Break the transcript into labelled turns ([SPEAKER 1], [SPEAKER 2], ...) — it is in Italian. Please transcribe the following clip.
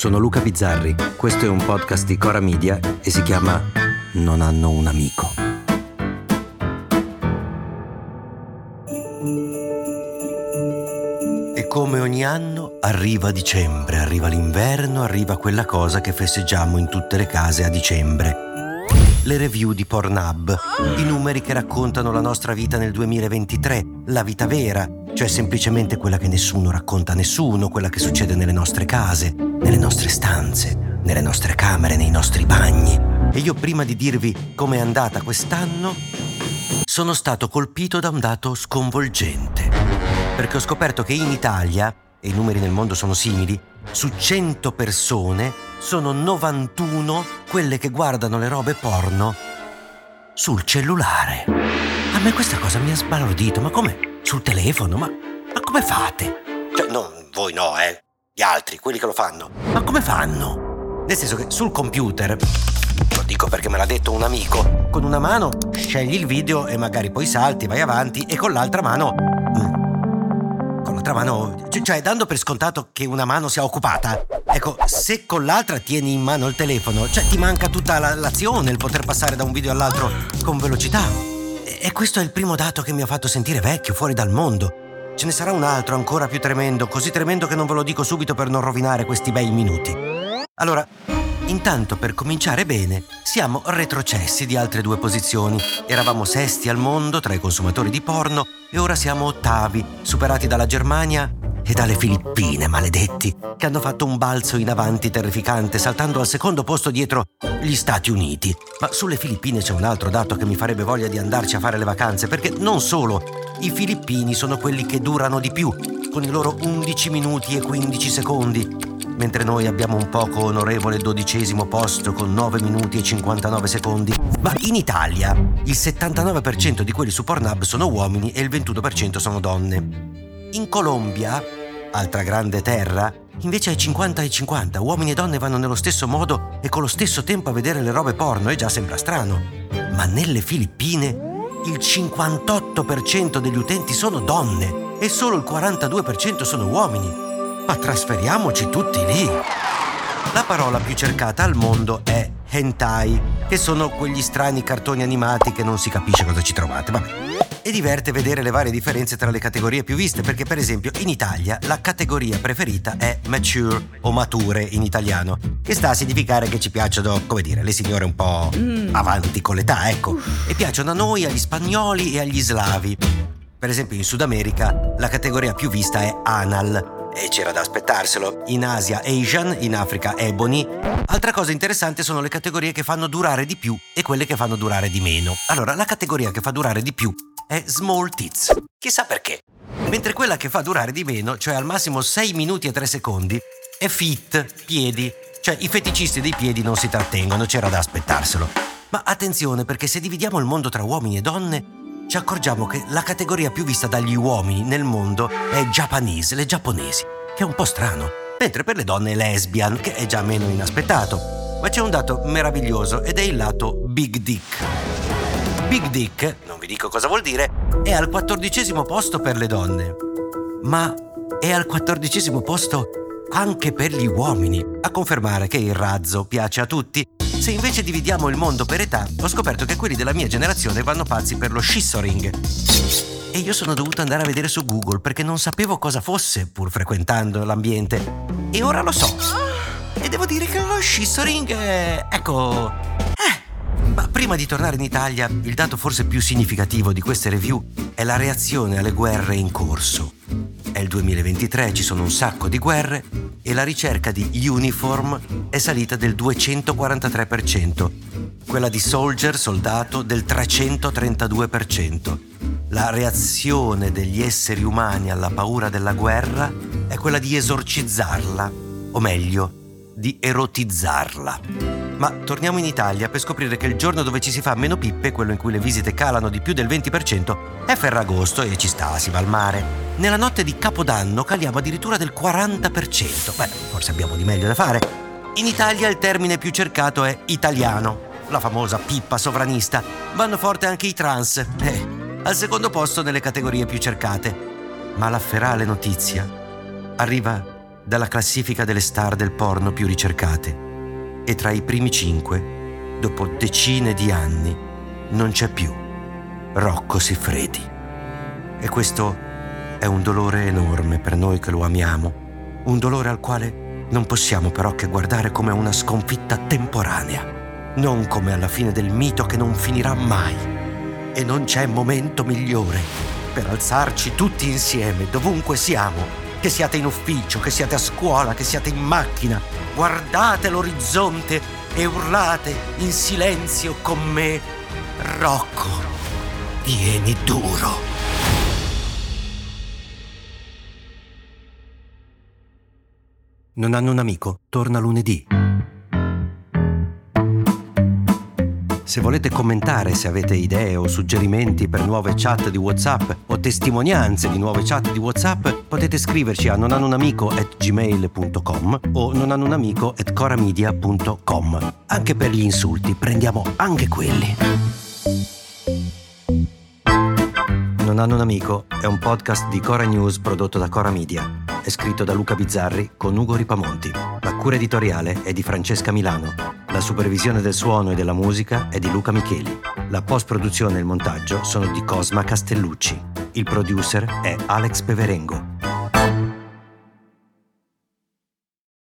[SPEAKER 1] sono Luca Bizzarri, questo è un podcast di Cora Media e si chiama Non hanno un amico. E come ogni anno arriva dicembre, arriva l'inverno, arriva quella cosa che festeggiamo in tutte le case a dicembre. Le review di Pornhub, i numeri che raccontano la nostra vita nel 2023, la vita vera, cioè semplicemente quella che nessuno racconta a nessuno, quella che succede nelle nostre case, nelle nostre stanze, nelle nostre camere, nei nostri bagni. E io prima di dirvi com'è andata quest'anno, sono stato colpito da un dato sconvolgente, perché ho scoperto che in Italia, e i numeri nel mondo sono simili, su 100 persone sono 91 quelle che guardano le robe porno sul cellulare. A me questa cosa mi ha sbalordito. Ma come? Sul telefono? Ma come fate? Cioè, no, voi no, gli altri, quelli che lo fanno. Ma come fanno? Nel senso che sul computer, lo dico perché me l'ha detto un amico, con una mano scegli il video e magari poi salti, vai avanti, e con l'altra mano, cioè dando per scontato che una mano sia occupata, ecco, se con l'altra tieni in mano il telefono, cioè ti manca tutta l'azione, il poter passare da un video all'altro con velocità. E questo è il primo dato che mi ha fatto sentire vecchio, fuori dal mondo. Ce ne sarà un altro ancora più tremendo, così tremendo che non ve lo dico subito per non rovinare questi bei minuti. Allora, intanto, per cominciare bene, siamo retrocessi di altre 2 posizioni. Eravamo sesti al mondo tra i consumatori di porno e ora siamo ottavi, superati dalla Germania e dalle Filippine, maledetti, che hanno fatto un balzo in avanti terrificante, saltando al secondo posto dietro gli Stati Uniti. Ma sulle Filippine c'è un altro dato che mi farebbe voglia di andarci a fare le vacanze, perché non solo i filippini sono quelli che durano di più, con i loro 11 minuti e 15 secondi, mentre noi abbiamo un poco onorevole 12° posto con 9 minuti e 59 secondi. Ma in Italia il 79% di quelli su Pornhub sono uomini e il 21% sono donne. In Colombia, altra grande terra, invece è 50 e 50, uomini e donne vanno nello stesso modo e con lo stesso tempo a vedere le robe porno, e già sembra strano. Ma nelle Filippine il 58% degli utenti sono donne e solo il 42% sono uomini. Ma trasferiamoci tutti lì! La parola più cercata al mondo è hentai, che sono quegli strani cartoni animati che non si capisce cosa ci trovate, vabbè. E diverte vedere le varie differenze tra le categorie più viste, perché per esempio in Italia la categoria preferita è mature o mature in italiano, che sta a significare che ci piacciono, come dire, le signore un po' avanti con l'età, ecco, e piacciono a noi, agli spagnoli e agli slavi. Per esempio in Sud America la categoria più vista è anal, e c'era da aspettarselo. In Asia Asian, in Africa Ebony. Altra cosa interessante sono le categorie che fanno durare di più e quelle che fanno durare di meno. Allora, la categoria che fa durare di più è small tits, chissà perché. Mentre quella che fa durare di meno, cioè al massimo 6 minuti e 3 secondi, è fit, piedi. Cioè i feticisti dei piedi non si trattengono, c'era da aspettarselo. Ma attenzione, perché se dividiamo il mondo tra uomini e donne, ci accorgiamo che la categoria più vista dagli uomini nel mondo è Japanese, le giapponesi, che è un po' strano, mentre per le donne è lesbian, che è già meno inaspettato. Ma c'è un dato meraviglioso ed è il lato Big Dick. Big Dick, non vi dico cosa vuol dire, è al 14° posto per le donne, ma è al 14° posto anche per gli uomini, a confermare che il razzo piace a tutti. Se invece dividiamo il mondo per età, ho scoperto che quelli della mia generazione vanno pazzi per lo scissoring. E io sono dovuto andare a vedere su Google perché non sapevo cosa fosse, pur frequentando l'ambiente. E ora lo so. E devo dire che lo scissoring Ma prima di tornare in Italia, il dato forse più significativo di queste review è la reazione alle guerre in corso. È il 2023, ci sono un sacco di guerre e la ricerca di uniform è salita del 243%, quella di soldier, soldato, del 332%. La reazione degli esseri umani alla paura della guerra è quella di esorcizzarla, o meglio, di erotizzarla. Ma torniamo in Italia per scoprire che il giorno dove ci si fa meno pippe, quello in cui le visite calano di più del 20%, è Ferragosto e ci sta, si va al mare. Nella notte di Capodanno caliamo addirittura del 40%. Beh, forse abbiamo di meglio da fare. In Italia il termine più cercato è italiano, la famosa pippa sovranista. Vanno forte anche i trans, al secondo posto nelle categorie più cercate. Ma la ferale notizia arriva dalla classifica delle star del porno più ricercate e tra i primi 5, dopo decine di anni, non c'è più Rocco Siffredi. E questo è un dolore enorme per noi che lo amiamo, un dolore al quale non possiamo però che guardare come una sconfitta temporanea, non come alla fine del mito che non finirà mai. E non c'è momento migliore per alzarci tutti insieme, dovunque siamo, che siate in ufficio, che siate a scuola, che siate in macchina. Guardate l'orizzonte e urlate in silenzio con me: Rocco, tieni duro. Non hanno un amico, torna lunedì. Se volete commentare, se avete idee o suggerimenti per nuove chat di WhatsApp o testimonianze di nuove chat di WhatsApp, potete scriverci a nonhannounamico@gmail.com o nonhannounamico@coramedia.com. Anche per gli insulti, prendiamo anche quelli. Non hanno un amico è un podcast di Cora News prodotto da Cora Media. È scritto da Luca Bizzarri con Ugo Ripamonti. La cura editoriale è di Francesca Milano. La supervisione del suono e della musica è di Luca Micheli. La post-produzione e il montaggio sono di Cosma Castellucci. Il producer è Alex Peverengo.